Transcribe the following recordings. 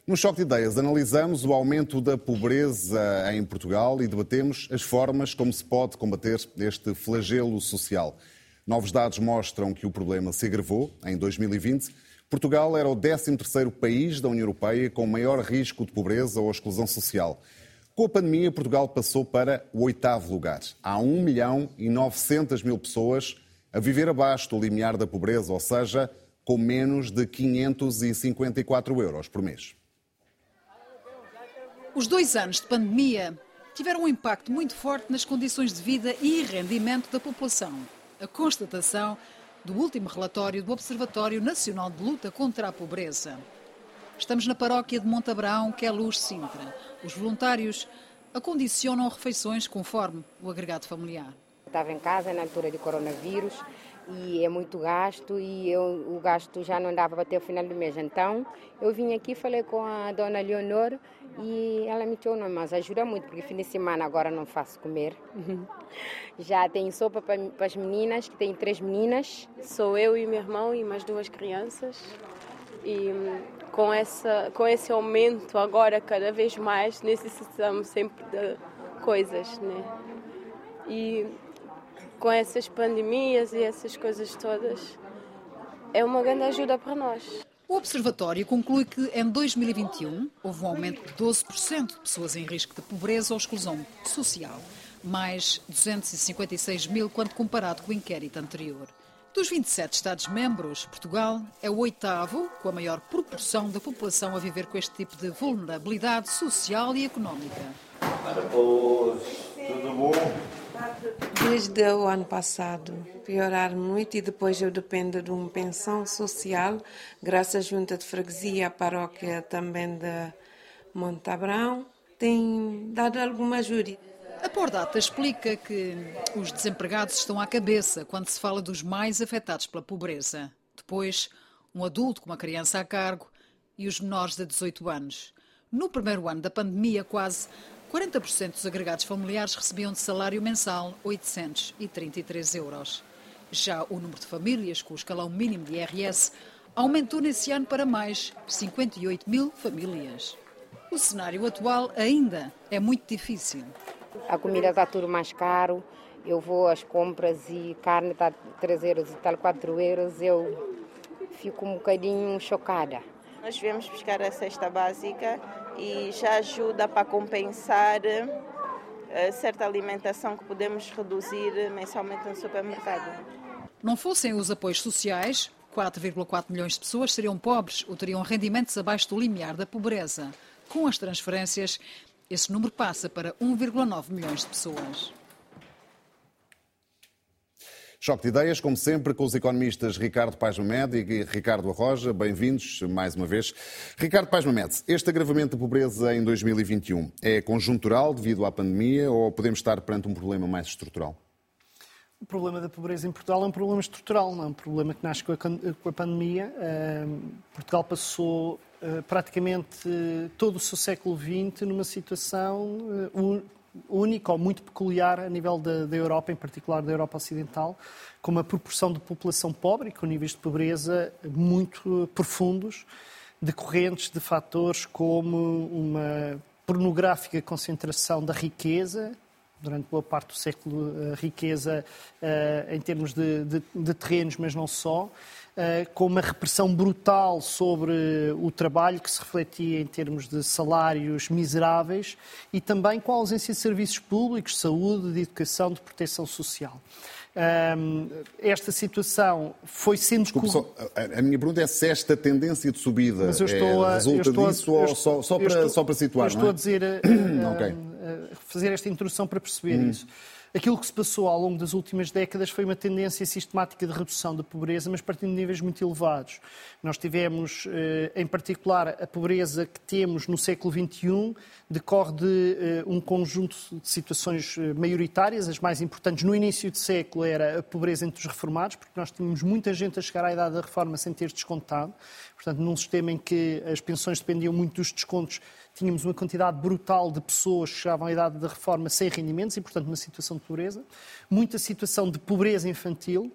No Choque de Ideias analisamos o aumento da pobreza em Portugal e debatemos as formas como se pode combater este flagelo social. Novos dados mostram que o problema se agravou. Em 2020, Portugal era o 13º país da União Europeia com maior risco de pobreza ou exclusão social. Com a pandemia, Portugal passou para o 8º lugar. Há 1.900.000 pessoas a viver abaixo do limiar da pobreza, ou seja, com menos de 554 euros por mês. Os 2 anos de pandemia tiveram um impacto muito forte nas condições de vida e rendimento da população. A constatação do último relatório do Observatório Nacional de Luta contra a Pobreza. Estamos na paróquia de Montabrão, Queluz, Sintra. Os voluntários acondicionam refeições conforme o agregado familiar. Estava em casa na altura de coronavírus e é muito gasto e o gasto já não dava para ter o final do mês. Então eu vim aqui, falei com a dona Leonor e ela me disse, não, mas ajuda muito, porque fim de semana agora não faço comer. Já tenho sopa para as meninas, que tem 3 meninas. Sou eu e meu irmão e mais 2 crianças. E com esse aumento agora cada vez mais necessitamos sempre de coisas, né? E com essas pandemias e essas coisas todas, é uma grande ajuda para nós. O Observatório conclui que em 2021 houve um aumento de 12% de pessoas em risco de pobreza ou exclusão social, mais 256 mil quando comparado com o inquérito anterior. Dos 27 Estados-membros, Portugal é o 8º, com a maior proporção da população a viver com este tipo de vulnerabilidade social e económica. Para todos, tudo bom? Desde o ano passado, piorar muito e depois eu dependo de uma pensão social, graças à Junta de Freguesia, a paróquia também de Montabrão, tem dado alguma ajuda. A Pordata explica que os desempregados estão à cabeça quando se fala dos mais afetados pela pobreza. Depois, um adulto com uma criança a cargo e os menores de 18 anos. No primeiro ano da pandemia, quase 40% dos agregados familiares recebiam de salário mensal 833 euros. Já o número de famílias com o escalão mínimo de IRS aumentou nesse ano para mais 58 mil famílias. O cenário atual ainda é muito difícil. A comida está tudo mais caro, eu vou às compras e carne está 3 euros e tal, 4 euros, eu fico um bocadinho chocada. Nós viemos buscar a cesta básica e já ajuda para compensar certa alimentação que podemos reduzir mensalmente no supermercado. Não fossem os apoios sociais, 4,4 milhões de pessoas seriam pobres ou teriam rendimentos abaixo do limiar da pobreza. Com as transferências, esse número passa para 1,9 milhões de pessoas. Choque de Ideias, como sempre, com os economistas Ricardo Paes Mamed e Ricardo Arroja. Bem-vindos mais uma vez. Ricardo Paes Mamed, este agravamento da pobreza em 2021 é conjuntural devido à pandemia ou podemos estar perante um problema mais estrutural? O problema da pobreza em Portugal é um problema estrutural, não é um problema que nasce com a pandemia. Portugal passou praticamente todo o seu século XX numa situação única ou muito peculiar a nível da Europa, em particular da Europa Ocidental, com uma proporção de população pobre e com níveis de pobreza muito profundos, decorrentes de fatores como uma pornográfica concentração da riqueza, durante boa parte do século, riqueza em termos de terrenos, mas não só, com uma repressão brutal sobre o trabalho que se refletia em termos de salários miseráveis e também com a ausência de serviços públicos, de saúde, de educação, de proteção social. Esta situação foi sendo... A minha pergunta é se esta tendência de subida resulta disso ou só para situar, eu estou a dizer, fazer esta introdução para perceber isso. Aquilo que se passou ao longo das últimas décadas foi uma tendência sistemática de redução da pobreza, mas partindo de níveis muito elevados. Nós tivemos, em particular, a pobreza que temos no século XXI, decorre de um conjunto de situações maioritárias. As mais importantes no início do século era a pobreza entre os reformados, porque nós tínhamos muita gente a chegar à idade da reforma sem ter descontado. Portanto, num sistema em que as pensões dependiam muito dos descontos, tínhamos uma quantidade brutal de pessoas que chegavam à idade da reforma sem rendimentos e, portanto, uma situação de pobreza. Muita situação de pobreza infantil.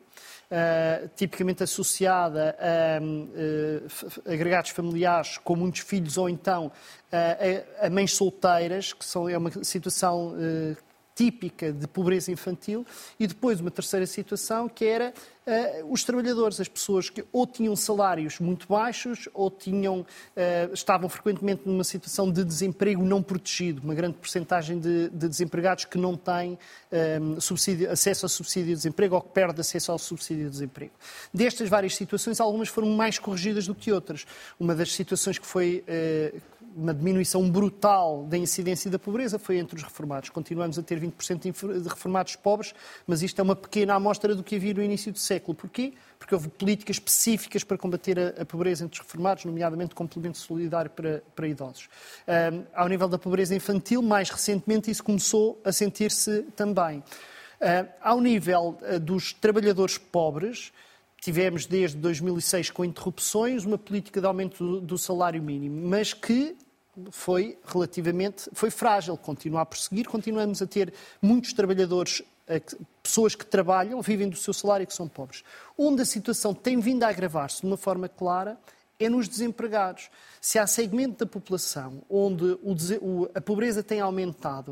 tipicamente associada a agregados familiares com muitos filhos ou então a mães solteiras, que é uma situação típica de pobreza infantil, e depois uma terceira situação que era os trabalhadores, as pessoas que ou tinham salários muito baixos ou estavam frequentemente numa situação de desemprego não protegido, uma grande percentagem de desempregados que não têm acesso ao subsídio de desemprego ou que perdem acesso ao subsídio de desemprego. Destas várias situações, algumas foram mais corrigidas do que outras. Uma das situações que foi uma diminuição brutal da incidência da pobreza foi entre os reformados. Continuamos a ter 20% de reformados pobres, mas isto é uma pequena amostra do que havia no início do século. Porquê? Porque houve políticas específicas para combater a pobreza entre os reformados, nomeadamente complemento solidário para idosos. Ao nível da pobreza infantil, mais recentemente, isso começou a sentir-se também. Ao nível dos trabalhadores pobres, tivemos desde 2006, com interrupções, uma política de aumento do salário mínimo, mas que foi frágil, continua a prosseguir, continuamos a ter muitos trabalhadores, pessoas que trabalham, vivem do seu salário e que são pobres. Onde a situação tem vindo a agravar-se de uma forma clara é nos desempregados. Se há segmento da população onde a pobreza tem aumentado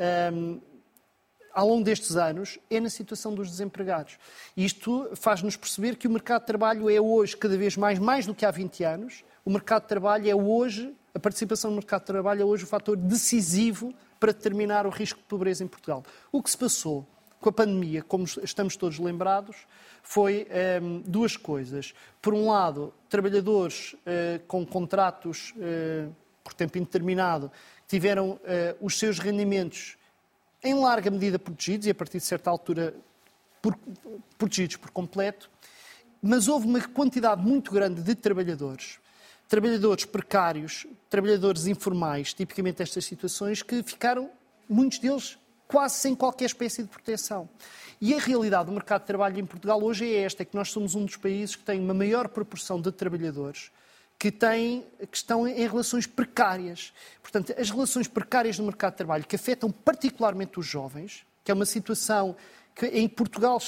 ao longo destes anos, é na situação dos desempregados. Isto faz-nos perceber que o mercado de trabalho é hoje, cada vez mais do que há 20 anos, o mercado de trabalho é hoje, a participação no mercado de trabalho é hoje o fator decisivo para determinar o risco de pobreza em Portugal. O que se passou com a pandemia, como estamos todos lembrados, foi duas coisas. Por um lado, trabalhadores com contratos por tempo indeterminado tiveram os seus rendimentos em larga medida protegidos e a partir de certa altura protegidos por completo, mas houve uma quantidade muito grande de trabalhadores precários, trabalhadores informais, tipicamente estas situações, que ficaram, muitos deles, quase sem qualquer espécie de proteção. E a realidade do mercado de trabalho em Portugal hoje é esta, é que nós somos um dos países que tem uma maior proporção de trabalhadores que estão em relações precárias. Portanto, as relações precárias no mercado de trabalho, que afetam particularmente os jovens, que é uma situação que em Portugal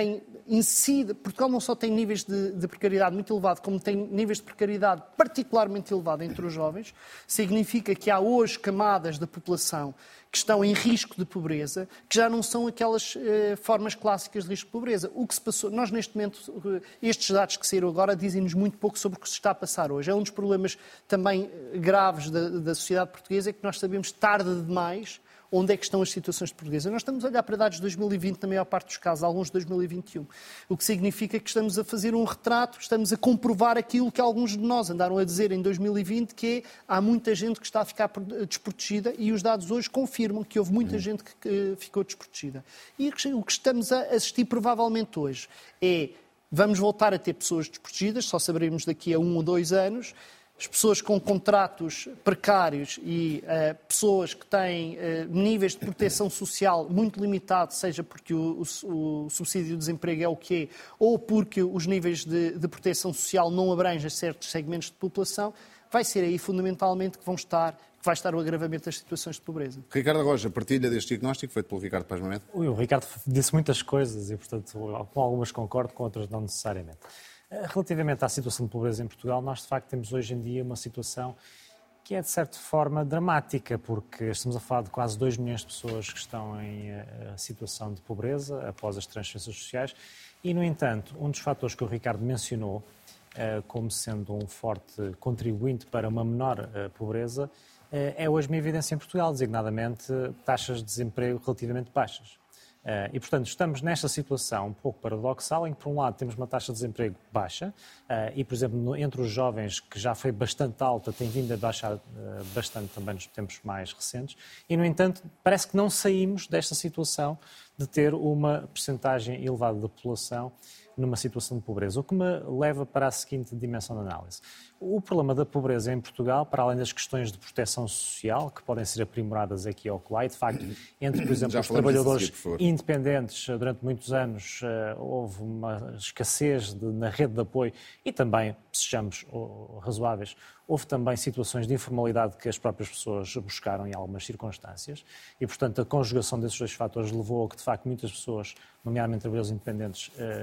incide. Portugal não só tem níveis de precariedade muito elevados, como tem níveis de precariedade particularmente elevados entre os jovens. Significa que há hoje camadas da população que estão em risco de pobreza, que já não são aquelas formas clássicas de risco de pobreza. O que se passou, nós neste momento, estes dados que saíram agora dizem-nos muito pouco sobre o que se está a passar hoje. É um dos problemas também graves da sociedade portuguesa, é que nós sabemos tarde demais onde é que estão as situações de portuguesa. Nós estamos a olhar para dados de 2020, na maior parte dos casos, alguns de 2021. O que significa que estamos a fazer um retrato, estamos a comprovar aquilo que alguns de nós andaram a dizer em 2020, que há muita gente que está a ficar desprotegida, e os dados hoje confirmam que houve muita gente que ficou desprotegida. E o que estamos a assistir provavelmente hoje é, vamos voltar a ter pessoas desprotegidas, só saberemos daqui a 1 ou 2 anos, as pessoas com contratos precários e pessoas que têm níveis de proteção social muito limitados, seja porque o subsídio de desemprego é o que é, ou porque os níveis de proteção social não abrangem certos segmentos de população, vai ser aí fundamentalmente que vai estar o agravamento das situações de pobreza. Ricardo Roja, partilha deste diagnóstico feito pelo Ricardo Paz Mamed? O Ricardo disse muitas coisas e, portanto, com algumas concordo, com outras não necessariamente. Relativamente à situação de pobreza em Portugal, nós de facto temos hoje em dia uma situação que é de certa forma dramática, porque estamos a falar de quase 2 milhões de pessoas que estão em situação de pobreza após as transferências sociais e, no entanto, um dos fatores que o Ricardo mencionou como sendo um forte contribuinte para uma menor pobreza é hoje uma evidência em Portugal, designadamente taxas de desemprego relativamente baixas. E, portanto, estamos nesta situação um pouco paradoxal, em que, por um lado, temos uma taxa de desemprego baixa e, por exemplo, entre os jovens, que já foi bastante alta, tem vindo a baixar bastante também nos tempos mais recentes. E, no entanto, parece que não saímos desta situação de ter uma percentagem elevada da população numa situação de pobreza, o que me leva para a seguinte dimensão de análise. O problema da pobreza em Portugal, para além das questões de proteção social, que podem ser aprimoradas aqui ao Colai, de facto, entre, por exemplo, os trabalhadores independentes, durante muitos anos houve uma escassez na rede de apoio e também, sejamos razoáveis, houve também situações de informalidade que as próprias pessoas buscaram em algumas circunstâncias e, portanto, a conjugação desses 2 fatores levou a que, de facto, muitas pessoas, nomeadamente trabalhadores independentes,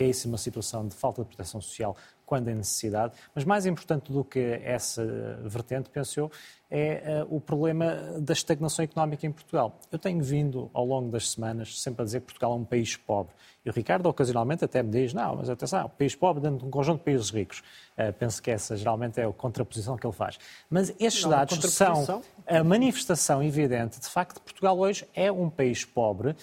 precaríssima situação de falta de proteção social quando é necessidade, mas mais importante do que essa vertente, penso eu, é o problema da estagnação económica em Portugal. Eu tenho vindo, ao longo das semanas, sempre a dizer que Portugal é um país pobre. E o Ricardo, ocasionalmente, até me diz, não, mas atenção, um país pobre dentro de um conjunto de países ricos. Penso que essa, geralmente, é a contraposição que ele faz. Mas estes dados são a manifestação evidente, de facto, que Portugal hoje é um país pobre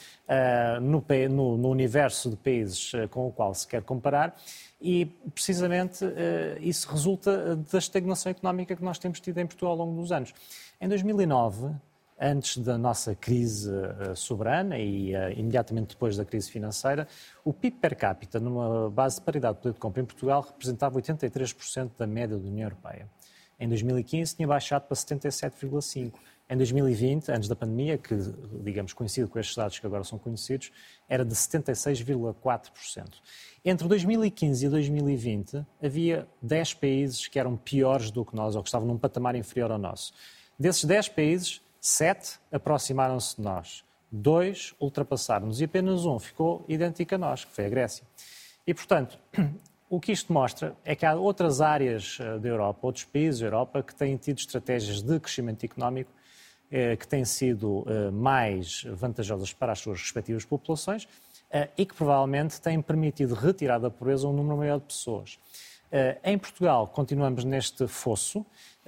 no universo de países com o qual se quer comparar. E, precisamente, isso resulta da estagnação económica que nós temos tido em Portugal ao longo dos anos. Em 2009, antes da nossa crise soberana e imediatamente depois da crise financeira, o PIB per capita, numa base de paridade de poder de compra em Portugal, representava 83% da média da União Europeia. Em 2015 tinha baixado para 77,5%. Em 2020, antes da pandemia, que, digamos, coincide com estes dados que agora são conhecidos, era de 76,4%. Entre 2015 e 2020, havia 10 países que eram piores do que nós, ou que estavam num patamar inferior ao nosso. Desses 10 países, 7 aproximaram-se de nós, 2 ultrapassaram-nos e apenas um ficou idêntico a nós, que foi a Grécia. E, portanto, o que isto mostra é que há outras áreas da Europa, outros países da Europa, que têm tido estratégias de crescimento económico que têm sido mais vantajosas para as suas respectivas populações e que provavelmente têm permitido retirar da pobreza um número maior de pessoas. Em Portugal continuamos neste fosso,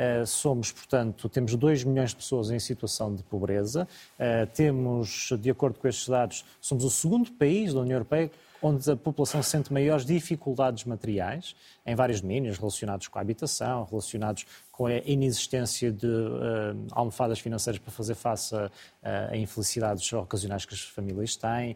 temos 2 milhões de pessoas em situação de pobreza, temos, de acordo com estes dados, somos o segundo país da União Europeia onde a população sente maiores dificuldades materiais, em vários domínios, relacionados com a habitação, relacionados com a inexistência de almofadas financeiras para fazer face a infelicidades ocasionais que as famílias têm,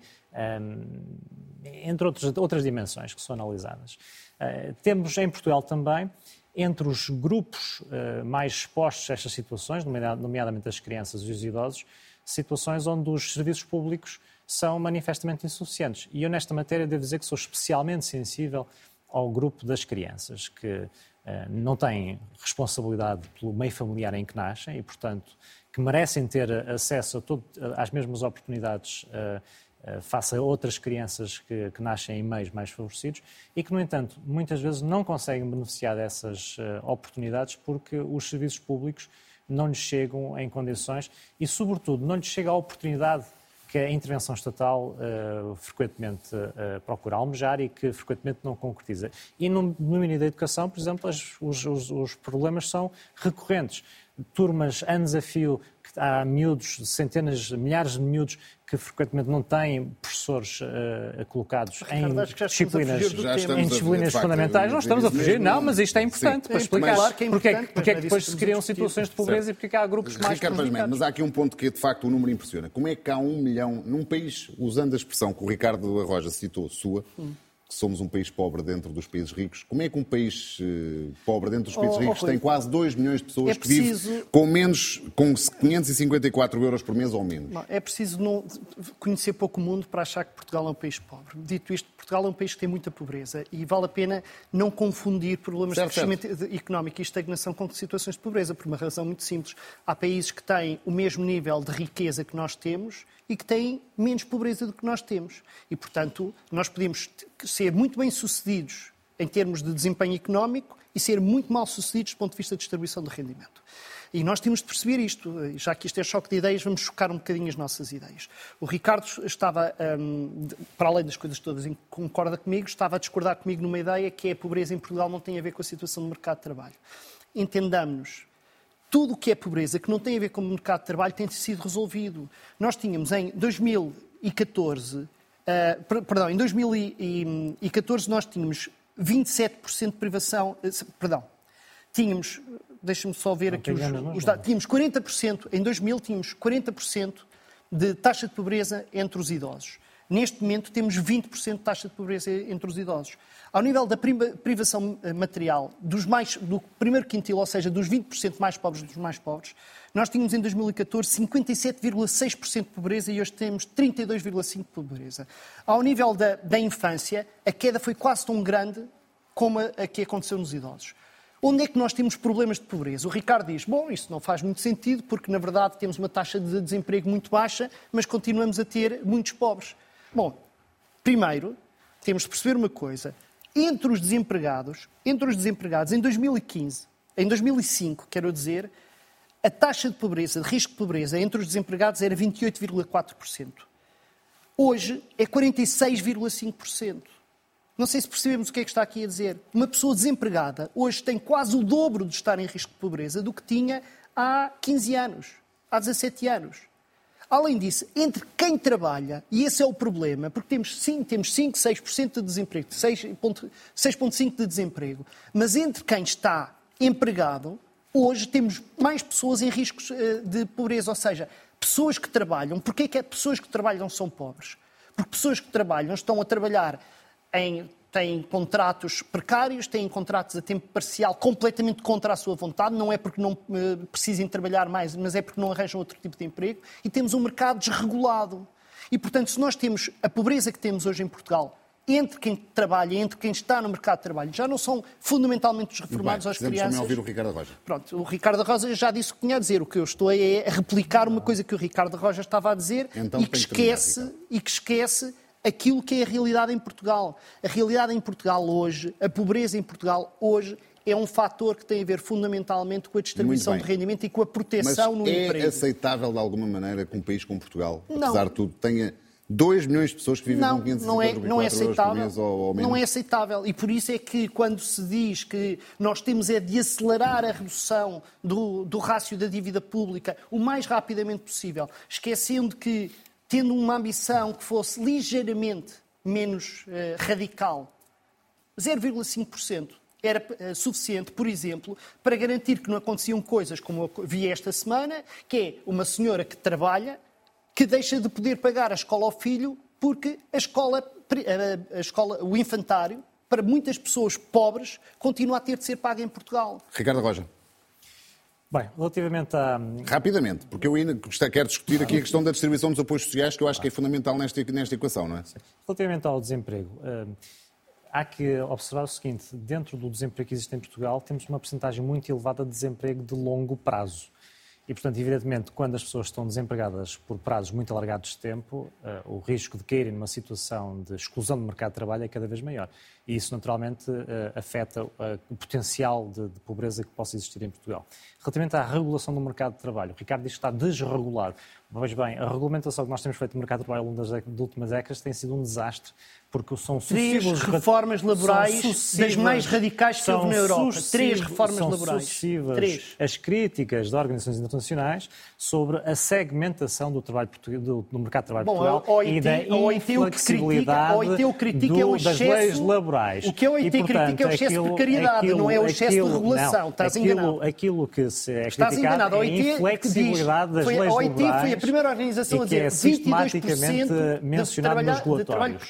entre outras dimensões que são analisadas. Temos em Portugal também, entre os grupos mais expostos a estas situações, nomeadamente as crianças e os idosos, situações onde os serviços públicos são manifestamente insuficientes. E eu, nesta matéria, devo dizer que sou especialmente sensível ao grupo das crianças, que não têm responsabilidade pelo meio familiar em que nascem e, portanto, que merecem ter acesso às mesmas oportunidades face a outras crianças que nascem em meios mais favorecidos e que, no entanto, muitas vezes não conseguem beneficiar dessas oportunidades porque os serviços públicos não lhes chegam em condições e, sobretudo, não lhes chega a oportunidade que a intervenção estatal frequentemente procura almejar e que frequentemente não concretiza. E no domínio da educação, por exemplo, os problemas são recorrentes. Turmas, anos a fio, que há miúdos, centenas, milhares de miúdos que frequentemente não têm professores colocados em disciplinas fundamentais. Não estamos a fugir, não, mas isto é importante para explicar porque é que depois se criam situações de pobreza e porque é que há grupos mais prejudicados. Mas há aqui um ponto que, de facto, o número impressiona. Como é que há 1 milhão, num país, usando a expressão que o Ricardo Arroja citou, sua, que somos um país pobre dentro dos países ricos, como é que um país pobre dentro dos países ricos tem quase 2 milhões de pessoas que vivem com 554 euros por mês ou menos? Não, é preciso não conhecer pouco o mundo para achar que Portugal é um país pobre. Dito isto, Portugal é um país que tem muita pobreza e vale a pena não confundir problemas de crescimento económico e estagnação com situações de pobreza, por uma razão muito simples. Há países que têm o mesmo nível de riqueza que nós temos e que têm menos pobreza do que nós temos. E, portanto, nós podemos ser muito bem-sucedidos em termos de desempenho económico e ser muito mal-sucedidos do ponto de vista de distribuição de rendimento. E nós temos de perceber isto. Já que isto é choque de ideias, vamos chocar um bocadinho as nossas ideias. O Ricardo estava, para além das coisas todas em que concorda comigo, estava a discordar comigo numa ideia que é a pobreza em Portugal não tem a ver com a situação do mercado de trabalho. Entendamos-nos. Tudo o que é pobreza, que não tem a ver com o mercado de trabalho, tem sido resolvido. Nós tínhamos em 2014, em 2014 nós tínhamos 27% de privação, tínhamos, deixa-me só ver aqui os dados, tínhamos 40%, em 2000 tínhamos 40% de taxa de pobreza entre os idosos. Neste momento temos 20% de taxa de pobreza entre os idosos. Ao nível da privação material do primeiro quintil, ou seja, dos 20% mais pobres dos mais pobres, nós tínhamos em 2014 57,6% de pobreza e hoje temos 32,5% de pobreza. Ao nível da infância, a queda foi quase tão grande como a que aconteceu nos idosos. Onde é que nós temos problemas de pobreza? O Ricardo diz, isso não faz muito sentido porque, na verdade, temos uma taxa de desemprego muito baixa, mas continuamos a ter muitos pobres. Primeiro, temos de perceber uma coisa. Entre os desempregados, em 2005, quero dizer, a taxa de pobreza, de risco de pobreza entre os desempregados era 28,4%. Hoje é 46,5%. Não sei se percebemos o que é que está aqui a dizer. Uma pessoa desempregada hoje tem quase o dobro de estar em risco de pobreza do que tinha há 15 anos, há 17 anos. Além disso, entre quem trabalha, e esse é o problema, porque temos 5, 6% de desemprego, 6,5% de desemprego, mas entre quem está empregado, hoje temos mais pessoas em riscos de pobreza, ou seja, pessoas que trabalham. Porquê é que pessoas que trabalham são pobres? Porque pessoas que trabalham estão a trabalhar têm contratos precários, têm contratos a tempo parcial completamente contra a sua vontade, não é porque não precisem trabalhar mais, mas é porque não arranjam outro tipo de emprego, e temos um mercado desregulado. E, portanto, se nós temos a pobreza que temos hoje em Portugal, entre quem trabalha, entre quem está no mercado de trabalho, já não são fundamentalmente os reformados ou as crianças. Também ouvir o Ricardo Roja. Pronto, o Ricardo Roja já disse o que tinha a dizer. O que eu estou é a replicar uma coisa que o Ricardo Roja estava a dizer, então, e que esquece aquilo que é a realidade em Portugal. A realidade em Portugal hoje, a pobreza em Portugal hoje, é um fator que tem a ver fundamentalmente com a distribuição de rendimento e com a proteção no emprego. É aceitável de alguma maneira que um país como Portugal, apesar de tudo, tenha 2 milhões de pessoas que vivem com 554 euros por mês ou menos? Não é aceitável. E por isso é que quando se diz que nós temos de acelerar a redução do rácio da dívida pública o mais rapidamente possível, esquecendo que, tendo uma ambição que fosse ligeiramente menos radical, 0,5% era suficiente, por exemplo, para garantir que não aconteciam coisas como eu vi esta semana, que é uma senhora que trabalha, que deixa de poder pagar a escola ao filho porque o infantário, para muitas pessoas pobres, continua a ter de ser pago em Portugal. Ricardo Roja. Bem, relativamente a... Rapidamente, porque eu ainda quero discutir aqui a questão da distribuição dos apoios sociais, que eu acho que é fundamental nesta equação, não é? Relativamente ao desemprego, há que observar o seguinte: dentro do desemprego que existe em Portugal, temos uma percentagem muito elevada de desemprego de longo prazo. E, portanto, evidentemente, quando as pessoas estão desempregadas por prazos muito alargados de tempo, o risco de caírem numa situação de exclusão do mercado de trabalho é cada vez maior. E isso, naturalmente, afeta o potencial de pobreza que possa existir em Portugal. Relativamente à regulação do mercado de trabalho, o Ricardo diz que está desregulado. Mas, bem, a regulamentação que nós temos feito no mercado de trabalho ao longo das últimas décadas tem sido um desastre, porque são sucessivas reformas laborais das mais radicais que houve na Europa. 3 reformas laborais. Sucessivas as críticas de organizações internacionais sobre a segmentação do trabalho do mercado de trabalho de Portugal e da inflexibilidade das leis laborais. O que a OIT critica é o excesso de precariedade, não é o excesso de regulação. Estás enganado. Aquilo que se é criticado é a inflexibilidade das leis laborais. A OIT foi a primeira organização a dizer que é sistematicamente mencionado nos relatórios.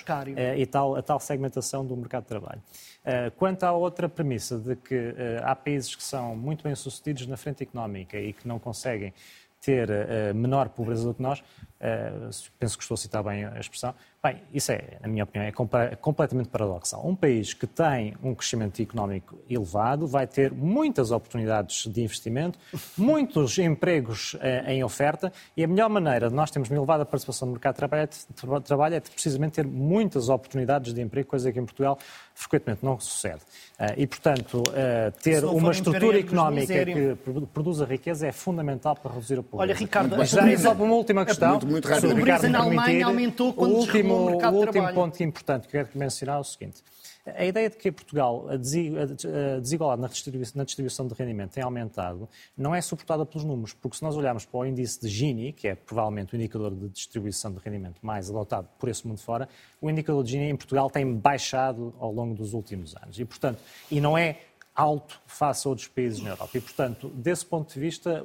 A tal segmentação do mercado de trabalho. Quanto à outra premissa de que há países que são muito bem-sucedidos na frente económica e que não conseguem ter menor pobreza do que nós, penso que estou a citar bem a expressão, bem, isso é, na minha opinião, é completamente paradoxal. Um país que tem um crescimento económico elevado vai ter muitas oportunidades de investimento, muitos empregos em oferta, e a melhor maneira de nós termos uma elevada participação no mercado de trabalho é precisamente ter muitas oportunidades de emprego, coisa que em Portugal frequentemente não sucede. E, portanto, ter uma estrutura económica que produza riqueza é fundamental para reduzir a pobreza. Olha, Ricardo, só para uma última questão. Muito rápido. A pobreza na Alemanha aumentou quando desregulou o mercado de trabalho. O último ponto importante que quero mencionar é o seguinte. A ideia de que em Portugal a desigualdade na distribuição de rendimento tem aumentado não é suportada pelos números, porque se nós olharmos para o índice de Gini, que é provavelmente o indicador de distribuição de rendimento mais adotado por esse mundo fora, o indicador de Gini em Portugal tem baixado ao longo dos últimos anos. E não é alto face a outros países na Europa. E, portanto, desse ponto de vista,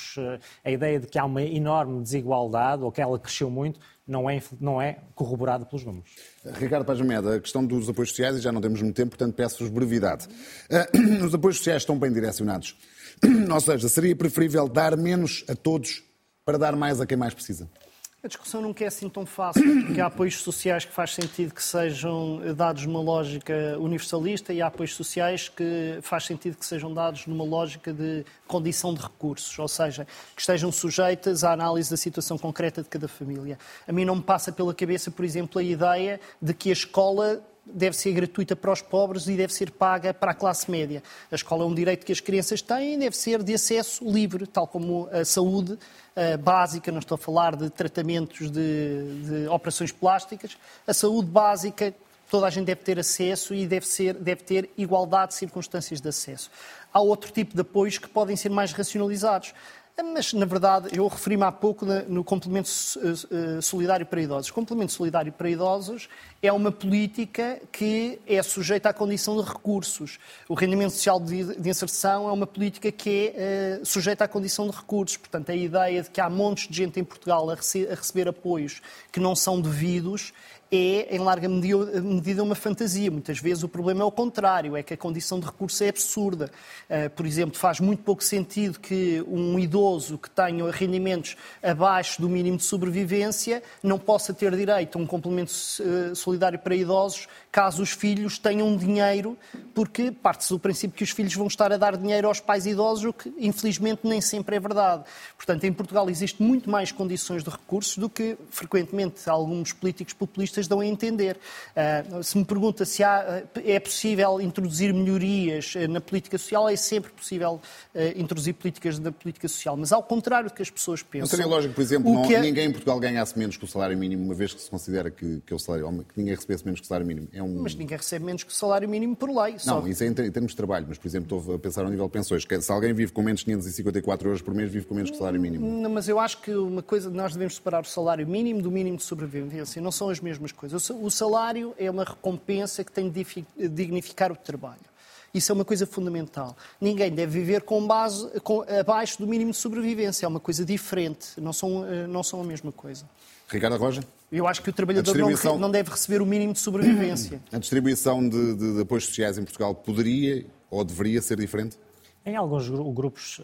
a ideia de que há uma enorme desigualdade ou que ela cresceu muito não é corroborada pelos números. Ricardo Paz Meda, a questão dos apoios sociais, e já não temos muito tempo, portanto peço-vos brevidade. Os apoios sociais estão bem direcionados. Ou seja, seria preferível dar menos a todos para dar mais a quem mais precisa? A discussão nunca é assim tão fácil, porque há apoios sociais que faz sentido que sejam dados numa lógica universalista e há apoios sociais que faz sentido que sejam dados numa lógica de condição de recursos, ou seja, que estejam sujeitas à análise da situação concreta de cada família. A mim não me passa pela cabeça, por exemplo, a ideia de que a escola deve ser gratuita para os pobres e deve ser paga para a classe média. A escola é um direito que as crianças têm e deve ser de acesso livre, tal como a saúde básica, não estou a falar de tratamentos de operações plásticas. A saúde básica, toda a gente deve ter acesso e deve ter igualdade de circunstâncias de acesso. Há outro tipo de apoios que podem ser mais racionalizados. Mas, na verdade, eu referi-me há pouco no complemento solidário para idosos. O complemento solidário para idosos é uma política que é sujeita à condição de recursos. O rendimento social de inserção é uma política que é sujeita à condição de recursos. Portanto, a ideia de que há montes de gente em Portugal a receber apoios que não são devidos é, em larga medida, uma fantasia. Muitas vezes o problema é o contrário, é que a condição de recurso é absurda. Por exemplo, faz muito pouco sentido que um idoso que tenha rendimentos abaixo do mínimo de sobrevivência não possa ter direito a um complemento solidário para idosos caso os filhos tenham dinheiro, porque parte-se do princípio que os filhos vão estar a dar dinheiro aos pais idosos, o que, infelizmente, nem sempre é verdade. Portanto, em Portugal existe muito mais condições de recursos do que, frequentemente, alguns políticos populistas dão a entender. Se me pergunta se é possível introduzir melhorias na política social, é sempre possível introduzir políticas na política social. Mas, ao contrário do que as pessoas pensam... Não seria lógico, por exemplo, ninguém em Portugal ganhasse menos que o salário mínimo, uma vez que se considera que o salário, que ninguém recebesse menos que o salário mínimo. Mas ninguém recebe menos que o salário mínimo por lei. Não, isso é em termos de trabalho, mas, por exemplo, estou a pensar ao nível de pensões, que se alguém vive com menos de 554 euros por mês, vive com menos que o salário mínimo. Não, mas eu acho que uma coisa, nós devemos separar o salário mínimo do mínimo de sobrevivência. Não são as mesmas coisas. O salário é uma recompensa que tem de dignificar o trabalho. Isso é uma coisa fundamental. Ninguém deve viver abaixo do mínimo de sobrevivência. É uma coisa diferente. Não são a mesma coisa. Ricardo Roja? Eu acho que o trabalhador não deve receber o mínimo de sobrevivência. A distribuição de apoios sociais em Portugal poderia ou deveria ser diferente? Em alguns grupos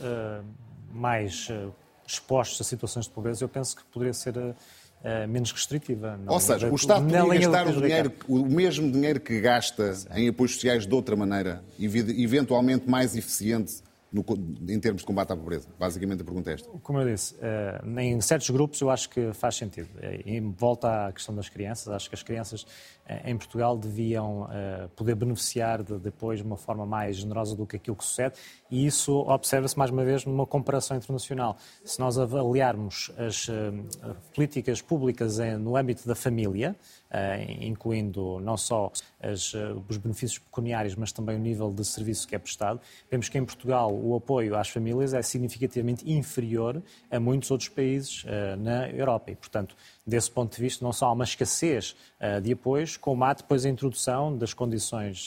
mais expostos a situações de pobreza, eu penso que poderia ser menos restritiva. Ou seja, o Estado poderia gastar o mesmo dinheiro que gasta em apoios sociais de outra maneira, eventualmente mais eficiente em termos de combate à pobreza? Basicamente a pergunta é esta. Como eu disse, em certos grupos eu acho que faz sentido. E volta à questão das crianças, acho que as crianças em Portugal deviam poder beneficiar de apoios de uma forma mais generosa do que aquilo que sucede, e isso observa-se mais uma vez numa comparação internacional. Se nós avaliarmos as políticas públicas no âmbito da família, incluindo não só os benefícios pecuniários, mas também o nível de serviço que é prestado, vemos que em Portugal o apoio às famílias é significativamente inferior a muitos outros países na Europa. E, portanto, desse ponto de vista, não só há uma escassez de apoios, como há depois a introdução das condições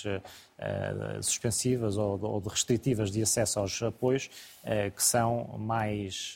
suspensivas ou restritivas de acesso aos apoios, que são mais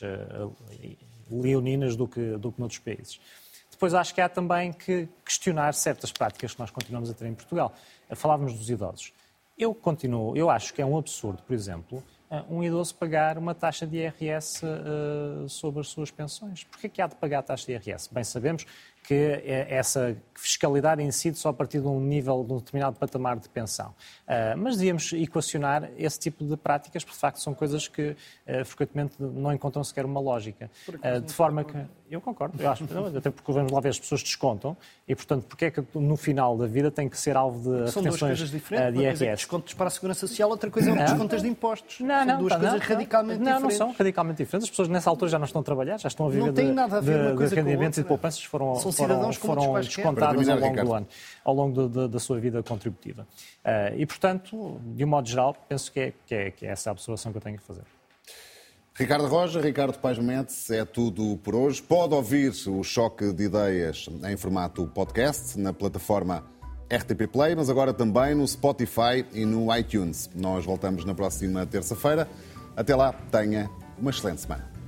leoninas do que noutros países. Depois acho que há também que questionar certas práticas que nós continuamos a ter em Portugal. Falávamos dos idosos. Eu acho que é um absurdo, por exemplo, um idoso pagar uma taxa de IRS sobre as suas pensões. Porquê que há de pagar a taxa de IRS? Bem, sabemos que essa fiscalidade incide só a partir de um determinado patamar de pensão. Mas devíamos equacionar esse tipo de práticas, porque de facto são coisas que frequentemente não encontram sequer uma lógica. De forma que... Eu concordo, eu acho, até porque vamos lá ver, as pessoas descontam, e portanto, porque é que no final da vida tem que ser alvo de retenções de IRS? São duas coisas diferentes, uma coisa é descontos para a Segurança Social, outra coisa é descontos de impostos. São duas coisas radicalmente diferentes. Não são radicalmente diferentes. As pessoas nessa altura já não estão a trabalhar, já estão a viver de rendimentos e de poupanças foram descontadas ao longo da sua vida contributiva. E, portanto, de um modo geral, penso que é essa a observação que eu tenho que fazer. Ricardo Roja, Ricardo Paes Mendes, é tudo por hoje. Pode ouvir o Choque de Ideias em formato podcast na plataforma RTP Play, mas agora também no Spotify e no iTunes. Nós voltamos na próxima terça-feira. Até lá, tenha uma excelente semana.